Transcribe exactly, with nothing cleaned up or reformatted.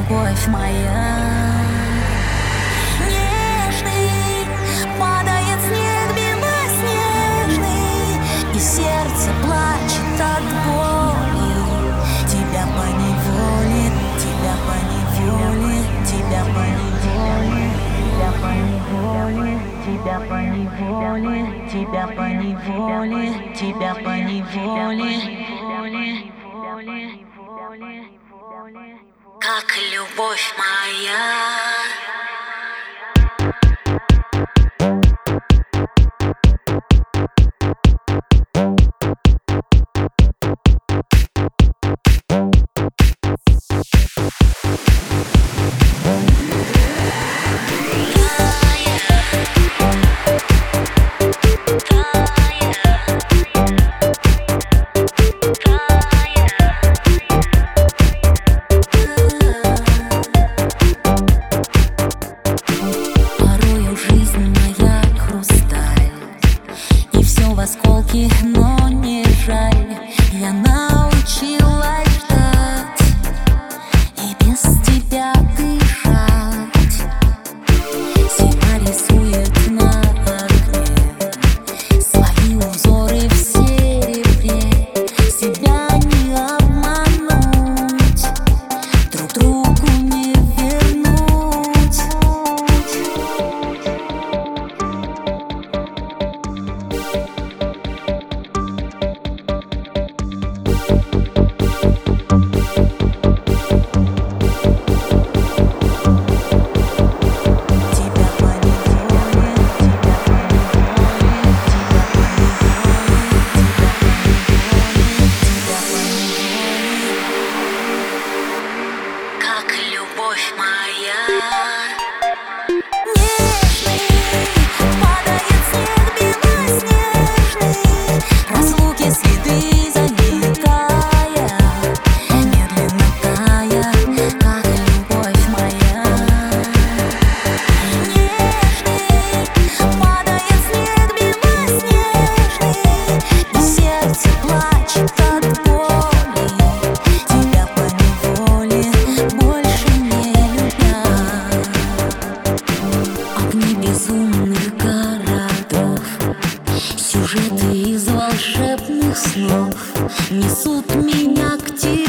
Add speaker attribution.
Speaker 1: любовь моя. Нежный, падает снег белоснежный, и сердце плачет от боли. Тебя поневоле, тебя поневоле, тебя поневоле, тебя поневоле, тебя поневоле, тебя поневоле, тебя поневоле. Как любовь моя. Осколки, но не жаль. Я научилась ждать и без тебя дышать. Зима рисует на окне свои узоры в серебре. Себя не обмануть, друг другу не вернуть. Любовь моя. Нежный, падает снег белоснежный, разлуки следы заметая, медленно тая, как любовь моя. Нежный, падает снег белоснежный, и сердце плачет от боли. Тебя поневоле больше безумных городов, сюжеты из волшебных снов несут меня к тебе.